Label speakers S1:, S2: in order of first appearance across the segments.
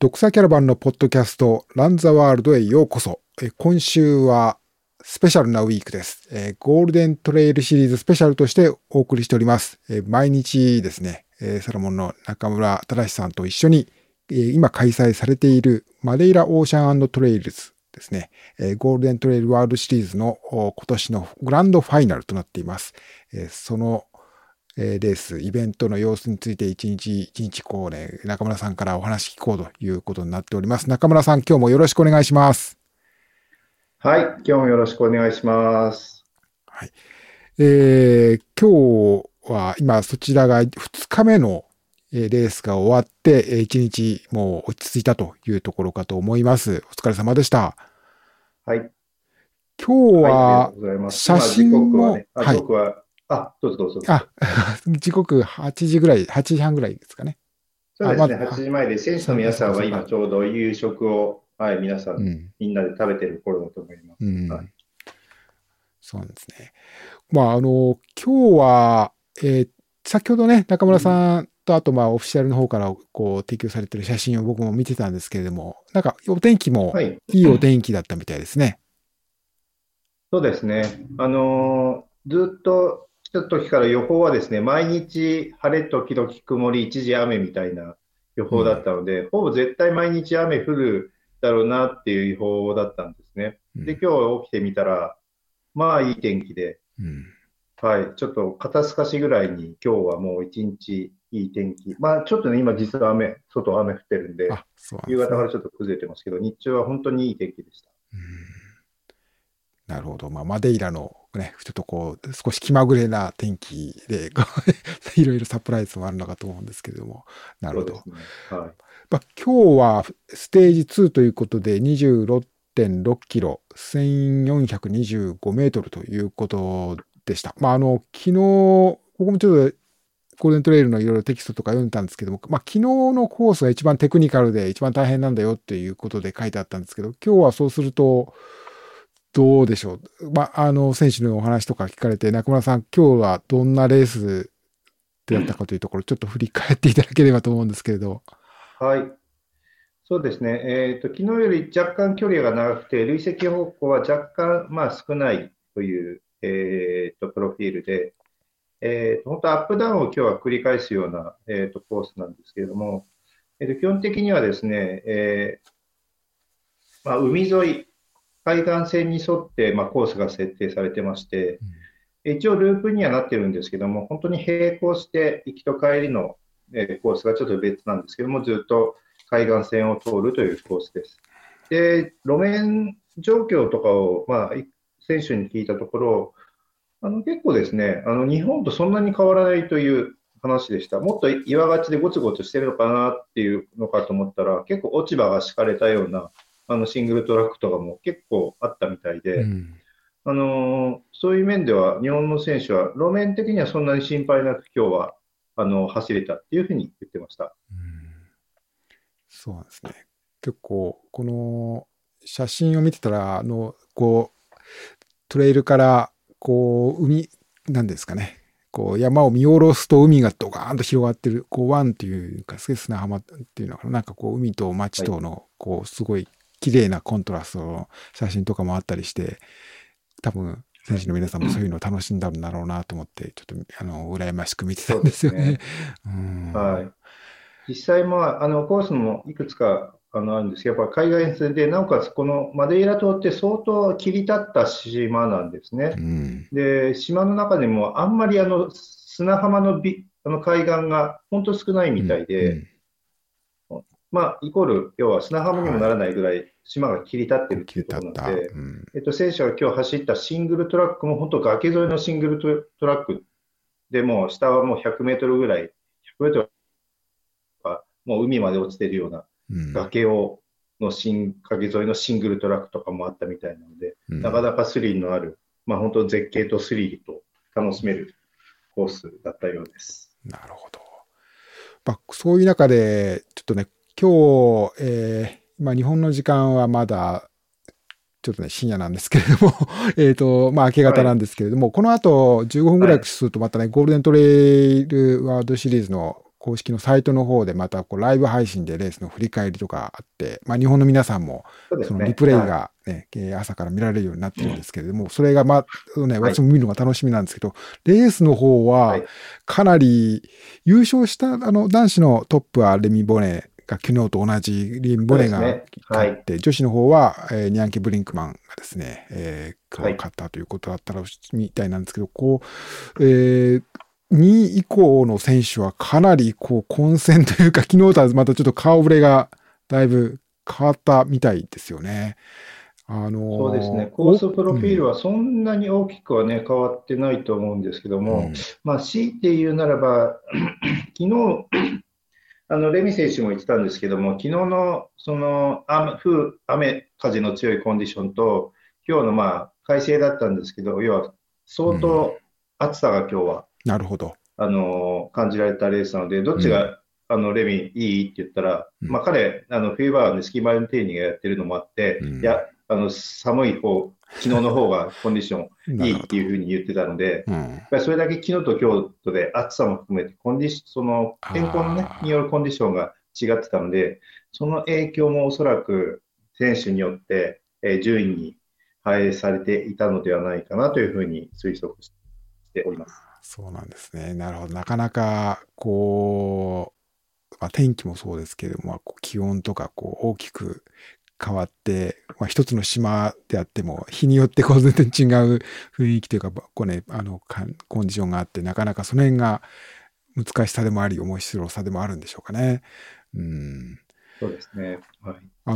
S1: ドクサキャラバンのポッドキャストランザワールドへようこそ。今週はスペシャルなウィークです。ゴールデントレイルシリーズスペシャルとしてお送りしております。毎日ですね、サロモンの中村忠さんと一緒に、今開催されているマデイラオーシャン&トレイルズですね、ゴールデントレイルワールドシリーズの今年のグランドファイナルとなっています。そのレース、イベントの様子について一日こうね、中村さんからお話聞こうということになっております。中村さん、今日もよろしくお願いします。
S2: はい、今日もよろしくお願いします。
S1: はい。今日は今そちらが2日目のレースが終わって、1日もう落ち着いたというところかと思います。お疲れ様でした。
S2: はい。
S1: 今日
S2: はい、ありがと
S1: は
S2: うございます。
S1: 写真も、
S2: 時刻は、どうぞどうぞ。
S1: 時刻8時ぐらい、8時半ぐらいですかね。
S2: そうですね、8時前で、選手の皆さんは今ちょうど夕食を、はい、皆さん、みんなで食べてる頃だと思います。はい、
S1: そうなんですね。今日は、先ほどね、中村さんと、あと、オフィシャルの方から提供されている写真を僕も見てたんですけれども、なんか、お天気もいいお天気だったみたいですね。
S2: そうですね。ずっと来た時から予報はですね、毎日晴れ時々曇り、一時雨みたいな予報だったので、ほぼ絶対毎日雨降るだろうなっていう予報だったんですね。で、今日起きてみたら、まあいい天気で、はい、ちょっと肩透かしぐらいに今日はもう一日いい天気。ちょっとね、今実は外雨降ってるんで、夕方からちょっと崩れてますけど、日中は本当にいい天気でした。
S1: なるほど。マデイラのね、ちょっと少し気まぐれな天気で、いろいろサプライズもあるのかと思うんですけれども。なるほど。
S2: そうですね。はい。
S1: 今日はステージ2ということで 26.6 キロ、1425メートルということでした。昨日、僕もちょっとゴールデントレイルのいろいろテキストとか読んでたんですけども、昨日のコースが一番テクニカルで一番大変なんだよっていうことで書いてあったんですけど、今日はそうすると、どうでしょう。選手のお話とか聞かれて、中村さん、今日はどんなレースだったかというところ、ちょっと振り返っていただければと思うんですけれど。
S2: はい。そうですね。昨日より若干距離が長くて、累積方向は若干、少ないという、プロフィールで、本当アップダウンを今日は繰り返すような、コースなんですけれども、基本的にはですね、海沿い、海岸線に沿って、コースが設定されてまして、一応ループにはなってるんですけども、本当に並行して行きと帰りの、コースがちょっと別なんですけども、ずっと海岸線を通るというコースです。で、路面状況とかを、選手に聞いたところ、結構ですね、日本とそんなに変わらないという話でした。もっと岩がちでゴツゴツしてるのかなっていうのかと思ったら、結構落ち葉が敷かれたようなシングルトラックとかも結構あったみたいで、そういう面では日本の選手は路面的にはそんなに心配なく今日は走れたっていうふうに言ってました。
S1: そうなんですね。結構、この写真を見てたら、トレイルから、なんですかね。山を見下ろすと海がドカーンと広がってる、湾っていうか、砂浜っていうのかな。なんか海と街との、すごい綺麗なコントラストの写真とかもあったりして、多分、選手の皆さんもそういうのを楽しんだんだろうなと思って、ちょっと、羨ましく見てたんですよね。
S2: はい。実際、コースもいくつかあるんですけど、やっぱ海外線で、なおかつこのマデイラ島って相当切り立った島なんですね。で、島の中でもあんまり砂浜の海岸が本当少ないみたいで、イコール、要は砂浜にもならないぐらい島が切り立ってるっていうところなので、選手が今日走ったシングルトラックも本当崖沿いのシングルトラックでもう下はもう100メートルぐらい、100メートルもう海まで落ちてるような崖を崖沿いのシングルトラックとかもあったみたいなので、なかなかスリルのある、本当絶景とスリルと楽しめるコースだったようです。
S1: なるほど。そういう中で、ちょっとね、今日、今日本の時間はまだ、ちょっとね、深夜なんですけれども、明け方なんですけれども、この後15分ぐらいするとまたね、ゴールデントレイルワールドシリーズの公式のサイトの方でまたこうライブ配信でレースの振り返りとかあって、日本の皆さんもそのリプレイがね、朝から見られるようになってるんですけれども、それが私も見るのが楽しみなんですけど、レースの方はかなり優勝した男子のトップはレミ・ボネが昨日と同じレミ・ボネが勝って、女子の方はニャンケ・ブリンクマンがですね、勝ったということだったらみたいなんですけど、2位以降の選手はかなり混戦というか、昨日とはまたちょっと顔ぶれがだいぶ変わったみたいですよね。
S2: そうですね。コースプロフィールはそんなに大きくはね、変わってないと思うんですけども、強いて言うならば、昨日、レミ選手も言ってたんですけども、昨日のその雨、風の強いコンディションと、今日の快晴だったんですけど、要は相当暑さが今日は、
S1: なるほど。
S2: 感じられたレースなので、どっちが、レミいいって言ったら、彼、冬場はね、スキーマウンテンニがやってるのもあって、いや、寒い方、昨日の方がコンディションいいっていうふうに言ってたので、やっぱりそれだけ昨日と今日とで暑さも含めて、その天候のね、によるコンディションが違ってたので、その影響もおそらく選手によって、順位に反映されていたのではないかなというふうに推測しております。
S1: そうなんですね。なるほど。なかなか、天気もそうですけれども、気温とか大きく変わって、一つの島であっても、日によって全然違う雰囲気というか、コンディションがあって、なかなかその辺が難しさでもあり、面白さでもあるんでしょうかね。
S2: そうですね。はい。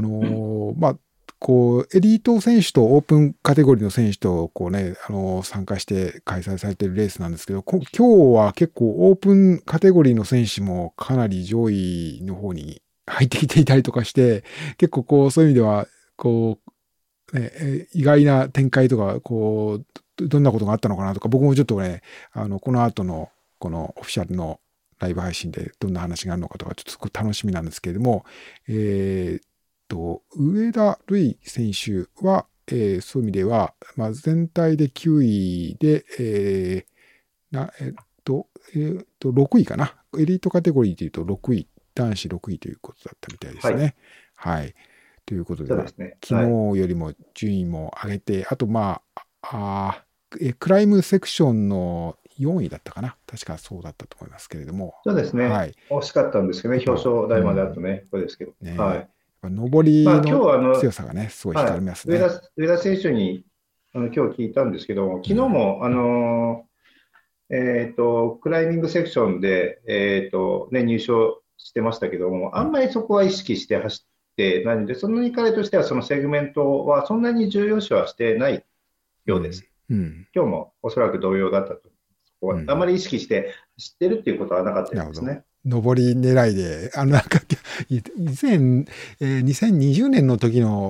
S1: エリート選手とオープンカテゴリーの選手と参加して開催されているレースなんですけど、今日は結構オープンカテゴリーの選手もかなり上位の方に入ってきていたりとかして、結構そういう意味では、意外な展開とか、どんなことがあったのかなとか、僕もちょっとね、この後のこのオフィシャルのライブ配信でどんな話があるのかとか、ちょっとすごく楽しみなんですけれども、上田瑠唯選手は、そういう意味では、全体で9位で、6位かな。エリートカテゴリーでいうと6位、男子6位ということだったみたいですね。はい。ということで、昨日よりも順位も上げて、あとクライムセクションの4位だったかな。確かそうだったと思いますけれども。
S2: そうですね。はい、惜しかったんですけどね、表彰台まであとね、これですけど。はい。
S1: 上りの強さがね、すごい光りますね。
S2: 上田選手に今日聞いたんですけど、昨日も、クライミングセクションで、入賞してましたけども、あんまりそこは意識して走ってないので、その彼としてはそのセグメントはそんなに重要視はしてないようです。今日もおそらく同様だったと。そこはあんまり意識して知ってるっていうことはなかったですね。
S1: 上り狙いで、2020年の時の、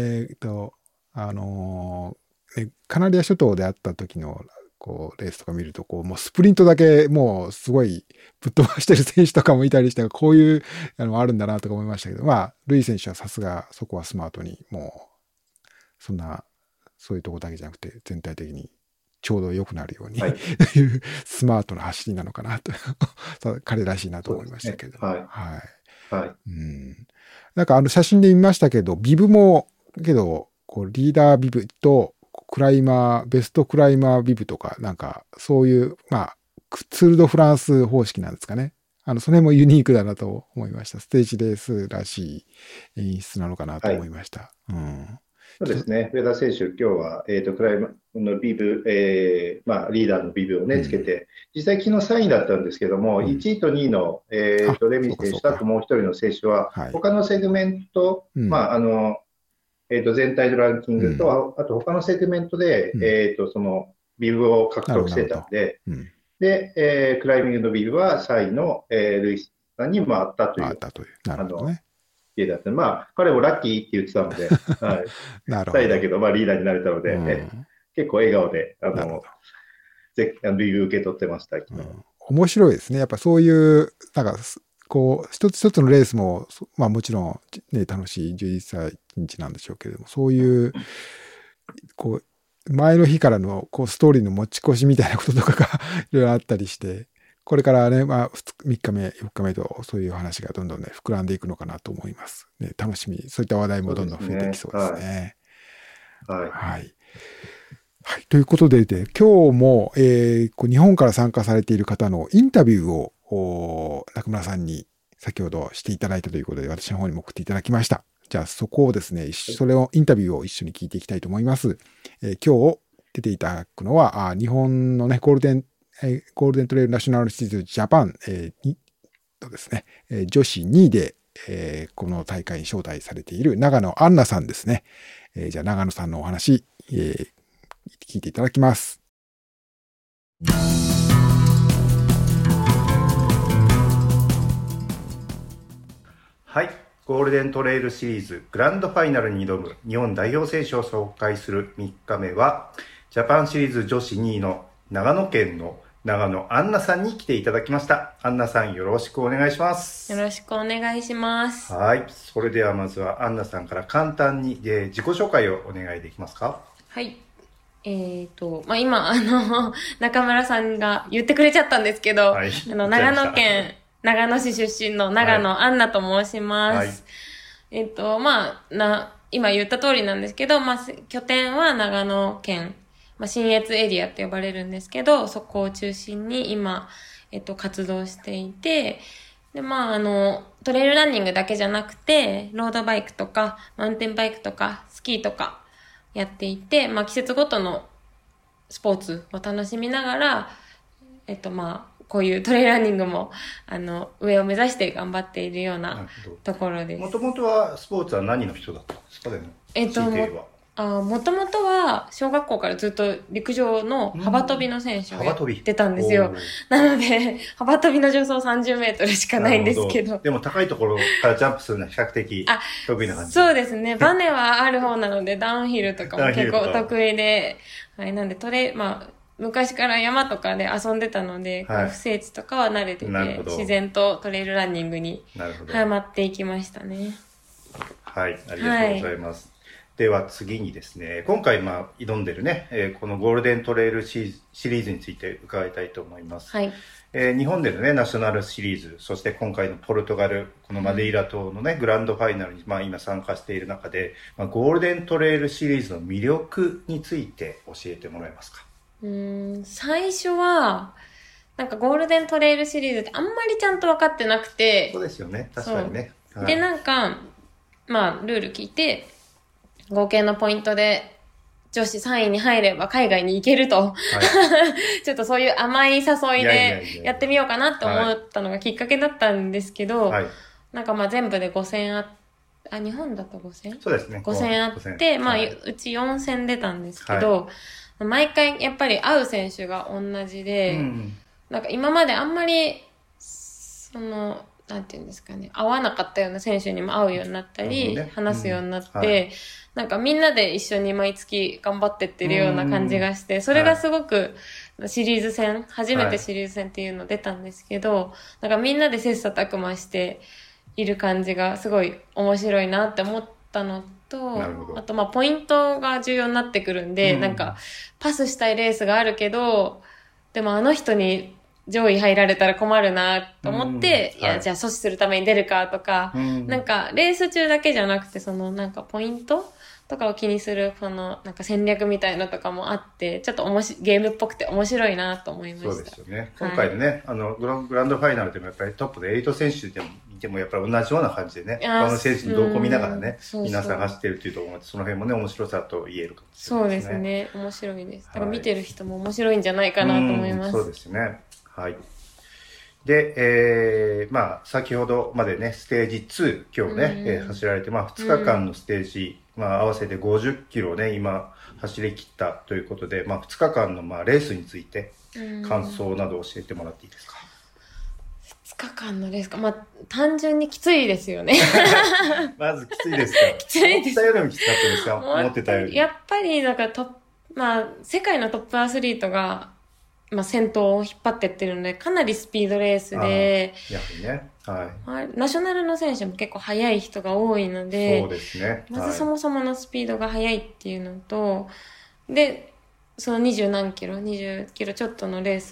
S1: カナリア諸島であった時の、レースとか見ると、もうスプリントだけ、もうすごいぶっ飛ばしてる選手とかもいたりして、こういうのあるんだなとか思いましたけど、瑠唯選手はさすがそこはスマートに、もう、そういうとこだけじゃなくて、全体的にちょうど良くなるように、いうスマートな走りなのかなと彼らしいなと思いましたけど、なんか写真で見ましたけど、ビブもリーダービブとクライマーベストクライマービブとかなんかそういうツール・ド・フランス方式なんですかね。その辺もユニークだなと思いました。ステージレースらしい演出なのかなと思いました。
S2: そうですね。上田選手、今日は、クライマーのビブ、リーダーのビブをね、つけて、実際昨日3位だったんですけども、1位と2位の、レミ選手と、あともう一人の選手は、他のセグメント、全体のランキングと、あと他のセグメントで、そのビブを獲得してたんで、で、クライミングのビブは3位の、ルイスさんに回ったという。
S1: なるほどね。
S2: だった彼もラッキーって言ってたので、はい、3位だけど、リーダーになれたので、結構笑顔で、ビブ受け取ってました。
S1: 面白いですね。やっぱそういう、なんか、一つ一つのレースも、もちろん、ね、楽しい充実した日なんでしょうけれども、そういう、前の日からの、ストーリーの持ち越しみたいなこととかがいろいろあったりして、 これからね、まあ、3日目、4日目と、そういう話がどんどんね、膨らんでいくのかなと思います。ね、楽しみ。そういった話題もどんどん増えていきそうですね。
S2: はい。
S1: はい。はい。ということで、今日も、日本から参加されている方のインタビューを、中村さんに先ほどしていただいたということで、私の方にも送っていただきました。じゃあ、そこをですね、それを、インタビューを一緒に聞いていきたいと思います。今日出ていただくのは、日本のね、ゴールデントレイルナショナルシリーズジャパン、にとですね、女子2位で、この大会に招待されている長野アンナさんですね。じゃあ、長野さんのお話、聞いていただきます。
S2: はい。ゴールデントレイルシリーズグランドファイナルに挑む日本代表選手を紹介する3日目は、ジャパンシリーズ女子2位の長野県の長野アンナさんに来ていただきました。アンナさん、よろしくお願いします。
S3: よろしくお願いします。
S2: はい。それではまずはアンナさんから簡単に、自己紹介をお願いできますか？
S3: はい。今、中村さんが言ってくれちゃったんですけど、
S2: はい、
S3: 長野県長野市出身の長野アンナと申します。はい、今言った通りなんですけど、拠点は長野県、信越エリアって呼ばれるんですけど、そこを中心に今、活動していて、で、トレイルランニングだけじゃなくて、ロードバイクとか、マウンテンバイクとか、スキーとかやっていて、季節ごとのスポーツを楽しみながら、こういうトレイルランニングも、上を目指して頑張っているようなところです。
S2: もともとはスポーツは何の人だったんですか？
S3: もともとは小学校からずっと陸上の幅跳びの選手をやってたんですよ。なので、幅跳びの助走30メートルしかないんですけど。
S2: でも高いところからジャンプするのは比較的得意な感じ。
S3: そうですね。バネはある方なので、ダウンヒルとかも結構得意で、はい、なんで昔から山とかで遊んでたので、不整地とかは慣れてて、自然とトレイルランニングにハマっていきましたね。
S2: はい、ありがとうございます。はい、では次にですね、今回挑んでるね、このゴールデントレイルシリーズについて伺いたいと思います。
S3: はい。
S2: 日本でのね、ナショナルシリーズ、そして今回のポルトガル、このマデイラ島のね、グランドファイナルに今参加している中で、ゴールデントレイルシリーズの魅力について教えてもらえますか？
S3: 最初は、ゴールデントレイルシリーズってあんまりちゃんと分かってなくて。
S2: そうですよね。確かにね。
S3: はい、で、ルール聞いて、合計のポイントで女子3位に入れば海外に行けると。はい、ちょっとそういう甘い誘いでやってみようかなと思ったのがきっかけだったんですけど、はい、全部で5戦日本だと5戦？
S2: そうですね。
S3: 5戦あって、うち4戦出たんですけど、毎回やっぱり会う選手が同じで、今まであんまり、なんていうんですかね、会わなかったような選手にも会うようになったり、話すようになって、みんなで一緒に毎月頑張ってってるような感じがして、それがすごくシリーズ戦、初めてシリーズ戦っていうの出たんですけど、みんなで切磋琢磨している感じがすごい面白いなって思ったのと、あとポイントが重要になってくるんで、パスしたいレースがあるけど、でもあの人に上位入られたら困るなと思って、じゃあ阻止するために出るかとか、レース中だけじゃなくて、ポイントとかを気にする、戦略みたいなのとかもあって、ちょっとゲームっぽくて面白いなと思いました。
S2: そうですよね。今回のね、グランドファイナルでもやっぱりトップでエリート選手でも見てもやっぱり同じような感じでね、他の選手に動向見ながらね、皆さん走ってるっていうところまで、その辺もね、面白さと言えるかもしれないですね。
S3: そうですね。面白いです。だから見てる人も面白いんじゃないかなと思います。
S2: そうですね。はい。で、先ほどまでね、ステージ2、今日ね、走られて、2日間のステージ、合わせて50キロね、今、走り切ったということで、2日間のレースについて、感想など教えてもらっていいですか
S3: ？2日間のレースか。単純にきついですよね。
S2: まずきついですか？
S3: きついです。
S2: 思ったよりもきつかったですか？思ってたより。
S3: やっぱり、世界のトップアスリートが、先頭を引っ張ってってるので、かなりスピードレースで、
S2: やはりね。はい。
S3: ナショナルの選手も結構速い人が多いので、
S2: そうですね。
S3: まずそもそものスピードが速いっていうのと、で、その20キロちょっとのレースを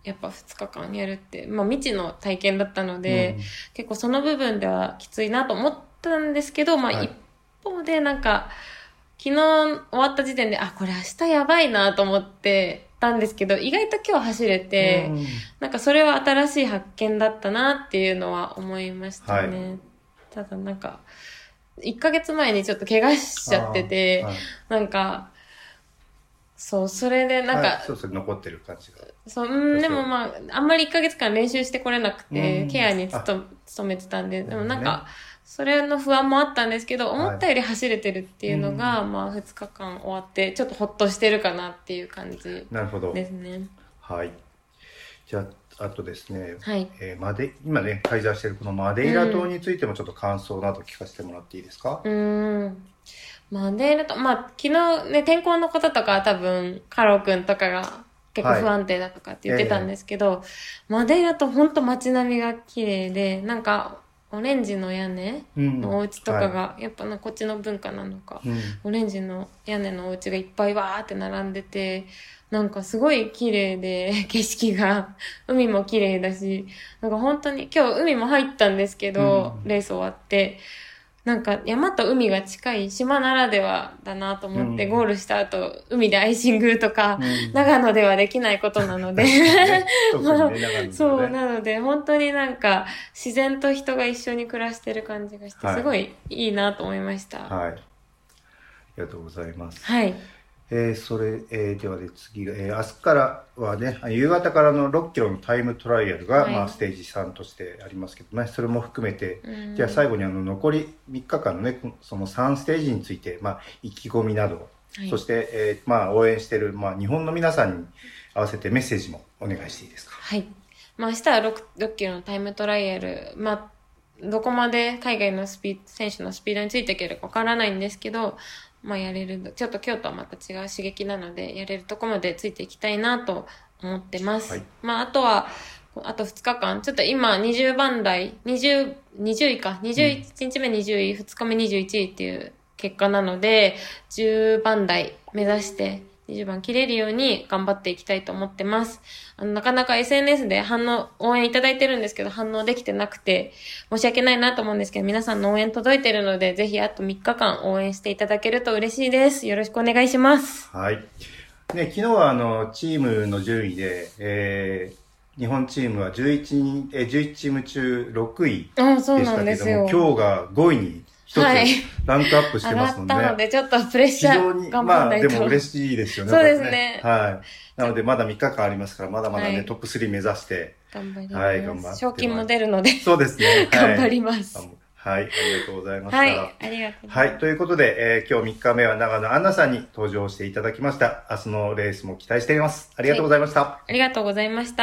S3: やっぱ2日間やるって、まあ未知の体験だったので、結構その部分ではきついなと思ったんですけど、まあ一方でなんか、昨日終わった時点で、これ明日やばいなと思ってたんですけど、意外と今日走れて、なんかそれは新しい発見だったなっていうのは思いましたね。ただなんか、1ヶ月前にちょっと怪我しちゃってて、なんか、そう、それでなんか、
S2: そう残ってる感じが。
S3: そう、でもまあ、あんまり1ヶ月間練習してこれなくて、ケアに努めてたんで、でもなんか、それの不安もあったんですけど、思ったより走れてるっていうのが、まあ2日間終わって、ちょっとほっとしてるかなっていう感じですね。
S2: なるほど。はい。じゃあ、あとですね、今ね、開催しているこのマデイラ島についてもちょっと感想など聞かせてもらっていいですか？
S3: マデイラ島、まあ昨日ね、天候のこととかは多分、カロ君とかが結構不安定だとかって言ってたんですけど、マデイラ島ほんと街並みが綺麗で、なんか、オレンジの屋根のお家とかが、やっぱこっちの文化なのか、オレンジの屋根のお家がいっぱいわーって並んでて、なんかすごい綺麗で、景色が、海も綺麗だし、なんか本当に、今日海も入ったんですけど、レース終わって、なんか山と海が近い島ならではだなと思って、ゴールした後、海でアイシングとか、長野ではできないことなので、そう、なので本当になんか自然と人が一緒に暮らしてる感じがして、すごいいいなと思いました。
S2: はい。ありがとうございます。
S3: はい。
S2: それ、では次が、明日からはね、夕方からの6キロのタイムトライアルが、まあ、ステージ3としてありますけどね、それも含めて、じゃあ最後に残り3日間のね、その3ステージについて、まあ、意気込みなど、そして、まあ、応援している、まあ、日本の皆さんに合わせてメッセージもお願いしていいですか？
S3: はい。まあ、明日は6キロのタイムトライアル、まあ、どこまで海外の選手のスピードについていけるかわからないんですけど、まあやれる、ちょっと今日とはまた違う刺激なので、やれるとこまでついていきたいなと思ってます。まああとは、あと2日間、ちょっと今20番台、20位か、21日目20位、2日目21位っていう結果なので、10番台目指して、20番切れるように頑張っていきたいと思ってます。なかなか SNS で応援いただいてるんですけど、反応できてなくて、申し訳ないなと思うんですけど、皆さんの応援届いてるので、ぜひあと3日間応援していただけると嬉しいです。よろしくお願いします。
S2: はい。ね、昨日はチームの順位で、日本チームは11チーム中6位でしたけども、今日が5位に一つランクアップしてますので、
S3: 上がったのでちょっとプレッシャー頑張らないと。
S2: まあでも嬉しいですよね。
S3: そうですね。
S2: はい。なのでまだ3日間ありますから、まだまだね、トップ3目指して、
S3: 頑張ります。
S2: はい、頑張って。
S3: 賞金も出るので。
S2: そうですね。
S3: 頑張ります。
S2: はい、ありがとうございました。
S3: はい、ありがとうございます。
S2: はい、ということで、今日3日目は長野アンナさんに登場していただきました。明日のレースも期待しています。ありがとうございました。
S3: ありがとうございました。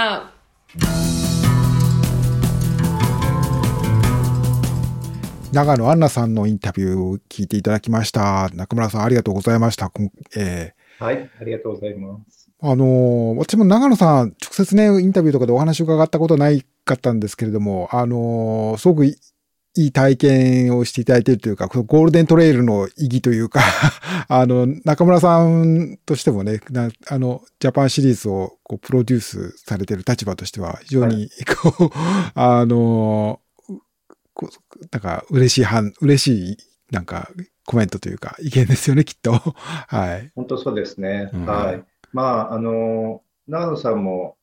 S1: 長野アンナさんのインタビューを聞いていただきました。中村さんありがとうございました。
S2: はい、ありがとうございます。
S1: 私も長野さん、直接ね、インタビューとかでお話を伺ったことないかったんですけれども、すごくいい体験をしていただいているというか、ゴールデントレイルの意義というか、中村さんとしてもね、ジャパンシリーズをプロデュースされている立場としては、非常に、なんか嬉しい、なんかコメントというか意見ですよね、きっと。はい。
S2: 本当そうですね。はい。まあ、長野さんも、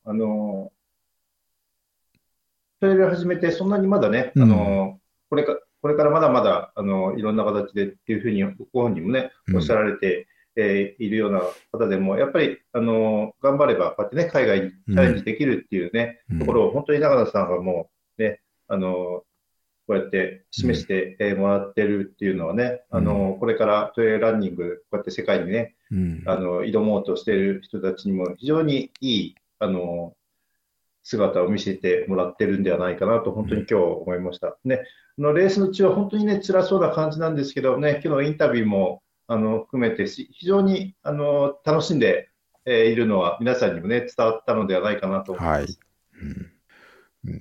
S2: トレイル始めてそんなにまだね、これからまだまだ、いろんな形でっていうふうに、ご本人もね、おっしゃられて、いるような方でも、やっぱり、頑張れば、こうやってね、海外にチャレンジできるっていうね、ところを、本当に長野さんはもう、ね、こうやって示してもらってるっていうのはね、これからトレイルランニング、こうやって世界にね、挑もうとしている人たちにも非常にいい、姿を見せてもらってるんではないかなと、本当に今日思いました。ね、レースの中は本当にね、辛そうな感じなんですけどね、今日のインタビューも含めて、非常に楽しんでいるのは皆さんにもね、伝わったのではないかなと思います。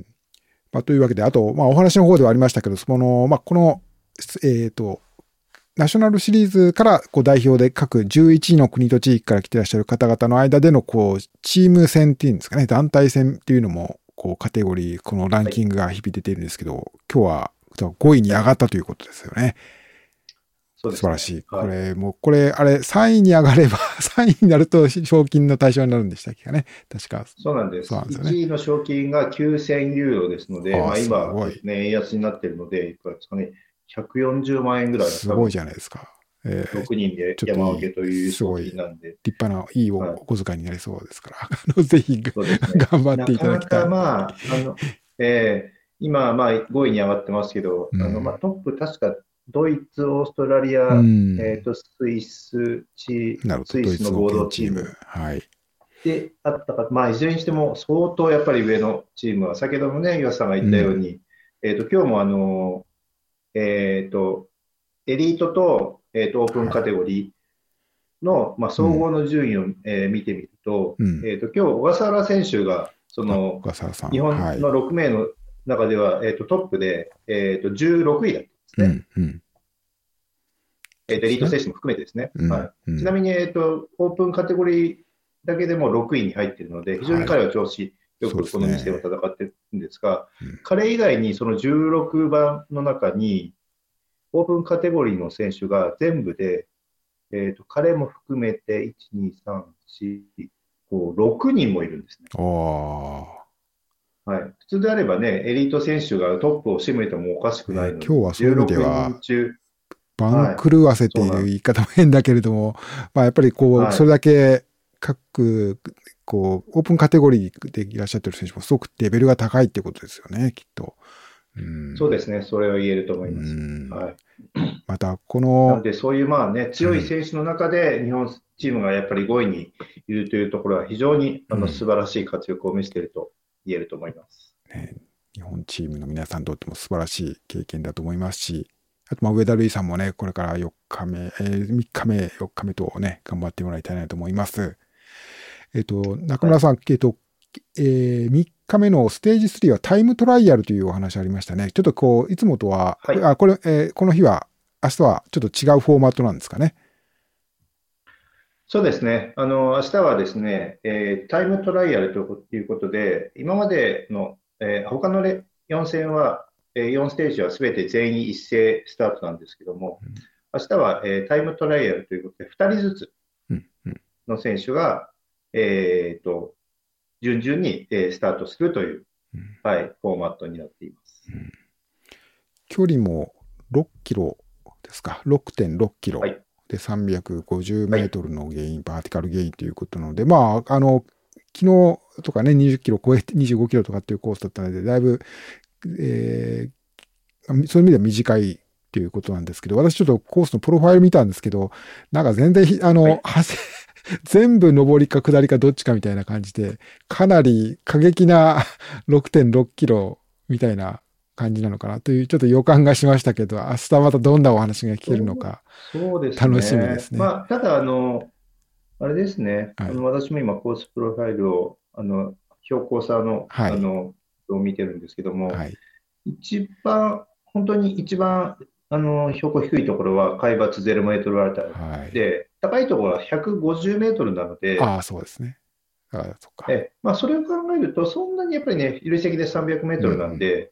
S1: はい。というわけで、あと、お話の方ではありましたけど、この、 ナショナルシリーズからこう代表で各11の国と地域から来てらっしゃる方々の間でのこうチーム戦っていうんですかね、団体戦っていうのもこうカテゴリー、このランキングが日々出てるんですけど、今日は5位に上がったということですよね。
S2: そうですね。
S1: 素晴らしい。これ、あれ、3位に上がれば、3位になると賞金の対象になるんでしたっけね。確か。
S2: そうなんです。
S1: そうなんですよね。
S2: 1位の賞金が9000ユーロですので、
S1: す
S2: 今、
S1: ごい
S2: ね、円安になっているので、いくらですかね、140万円ぐらい
S1: すごいじゃないですか。
S2: 6人で山分けという賞金なんで。
S1: 立派ないいお小遣いになりそうですから、ぜひ、頑張っていただきたい。
S2: なかなか今、5位に上がってますけど、トップ確かドイツ、オーストラリア、スイスの合同チーム。
S1: はい。
S2: で、あったか、いずれにしても相当やっぱり上のチームは、先ほどもね、岩瀬さんが言ったように、今日もエリートと、オープンカテゴリーの、総合の順位を、見てみると、今日、小笠原選手が、日本の6名の中では、トップで、16位だったんですね。エリート選手も含めてですね。ちなみに、オープンカテゴリーだけでも6位に入っているので、非常に彼は調子よくこの店を戦っているんですが、彼以外にその16番の中に、オープンカテゴリーの選手が全部で、彼も含めて、1、2、3、4、5、6人もいるんですね。普通であればね、エリート選手がトップを占めてもおかしくないので、
S1: 今日はそういう意味では、番狂わせっていう言い方も変だけれども、やっぱりそれだけ各、オープンカテゴリーでいらっしゃってる選手もすごくレベルが高いってことですよね、きっと。
S2: そうですね、それは言えると思います。
S1: また、
S2: なので、そういう強い選手の中で、日本チームがやっぱり5位にいるというところは、非常に素晴らしい活躍を見せていると言えると思います。
S1: 日本チームの皆さんにとっても素晴らしい経験だと思いますし、あと上田瑠衣さんもね、これから4日目、3日目、4日目とね、頑張ってもらいたいなと思います。中村さん、3日目のステージ3はタイムトライアルというお話ありましたね。ちょっといつもとは、この日は、明日はちょっと違うフォーマットなんですかね。
S2: そうですね。明日はですね、タイムトライアルということで、今までの、他の4戦は、4ステージはすべて全員一斉スタートなんですけども、明日は、タイムトライアルということで、2人ずつの選手が、順々に、スタートするという、フォーマットになっています。
S1: 距離も6キロですか、6.6 キロで350メートルのゲイン、バーティカルゲインということなので、昨日とかね、20キロ超えて25キロとかっていうコースだったので、だいぶ、そういう意味では短いということなんですけど、私ちょっとコースのプロファイル見たんですけど、なんか全然、全部上りか下りかどっちかみたいな感じで、かなり過激な6.6 キロみたいな感じなのかなというちょっと予感がしましたけど、明日またどんなお話が聞けるのか楽しみですね。
S2: ただあれですね、私も今コースプロファイルを標高差の、を見てるんですけども、本当に一番標高低いところは海抜0メートルあたりで、高いところは150メートルなので、
S1: そうですね。
S2: それを考えると、そんなにやっぱりね、累積で300メートルなんで、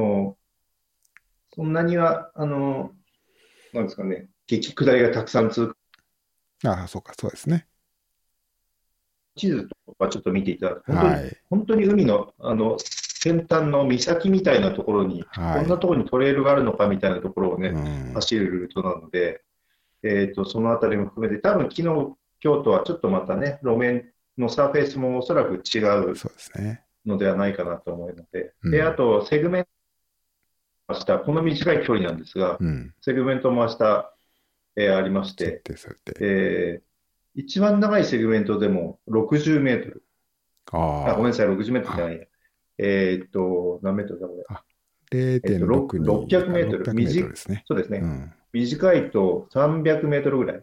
S2: そんなには、なんですかね、激下りがたくさん続く。
S1: そうですね。
S2: 地図とかちょっと見ていただくと、本当に海の、先端の岬みたいなところに、こんなところにトレイルがあるのかみたいなところをね、走るルートなので、そのあたりも含めて、多分昨日、今日とはちょっとまたね、路面のサーフェイスもおそらく違うのではないかなと思うので、で、あと、セグメント、明日、この短い距離なんですが、セグメントも明日、ありまして、一番長いセグメントでも60メートル。ごめんなさい、60メートルじゃないや。何メートルだこれ。600メートル。そうですね。短いと300メートルぐらい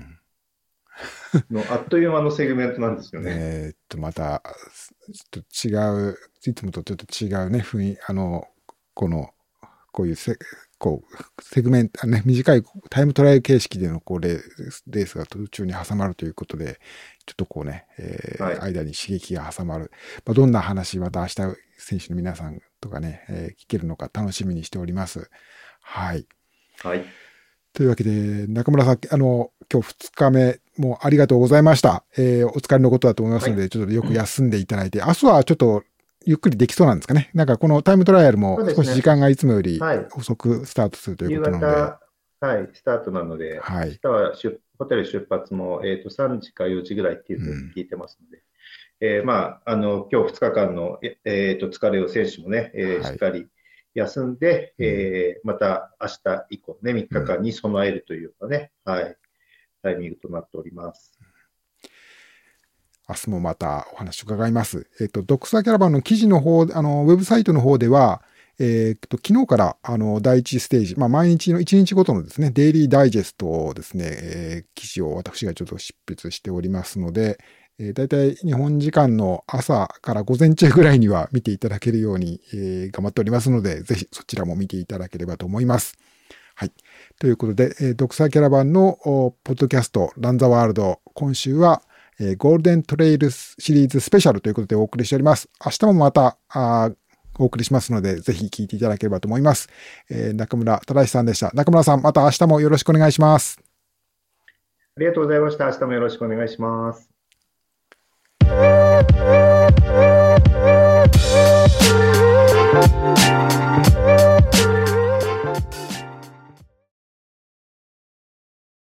S2: のあっという間のセグメントなんですよね。
S1: また、ちょっと違う、いつもとちょっと違うね、こういうセグメント、短いタイムトライアル形式でのレースが途中に挟まるということで、ちょっと間に刺激が挟まる。どんな話、また明日選手の皆さんとかね、聞けるのか楽しみにしております。はい。
S2: はい。
S1: というわけで、中村さん、今日2日目、もうありがとうございました。お疲れのことだと思いますので、ちょっとよく休んでいただいて、明日はちょっとゆっくりできそうなんですかね。なんかこのタイムトライアルも少し時間がいつもより遅くスタートするということなので。
S2: 夕方、スタートなので、明日はホテル出発も、3時か4時ぐらいっていうふうに聞いてますので、今日2日間の、疲れを選手もね、しっかり休んで、また明日以降ね、3日間に備えるというようなね、タイミングとなっております。
S1: 明日もまたお話を伺います。ドクサキャラバンの記事の方、ウェブサイトの方では、昨日から、第1ステージ、毎日の1日ごとのですね、デイリーダイジェストをですね、記事を私がちょっと執筆しておりますので、だいたい日本時間の朝から午前中ぐらいには見ていただけるように、頑張っておりますので、ぜひそちらも見ていただければと思います。はい。ということで、ドクサキャラバンのポッドキャスト、ランザワールド、今週は、ゴールデントレイルシリーズスペシャルということでお送りしております。明日もまたお送りしますので、ぜひ聞いていただければと思います。中村忠さんでした。中村さん、また明日もよろしくお願いします。
S2: ありがとうございました。明日もよろしくお願いします。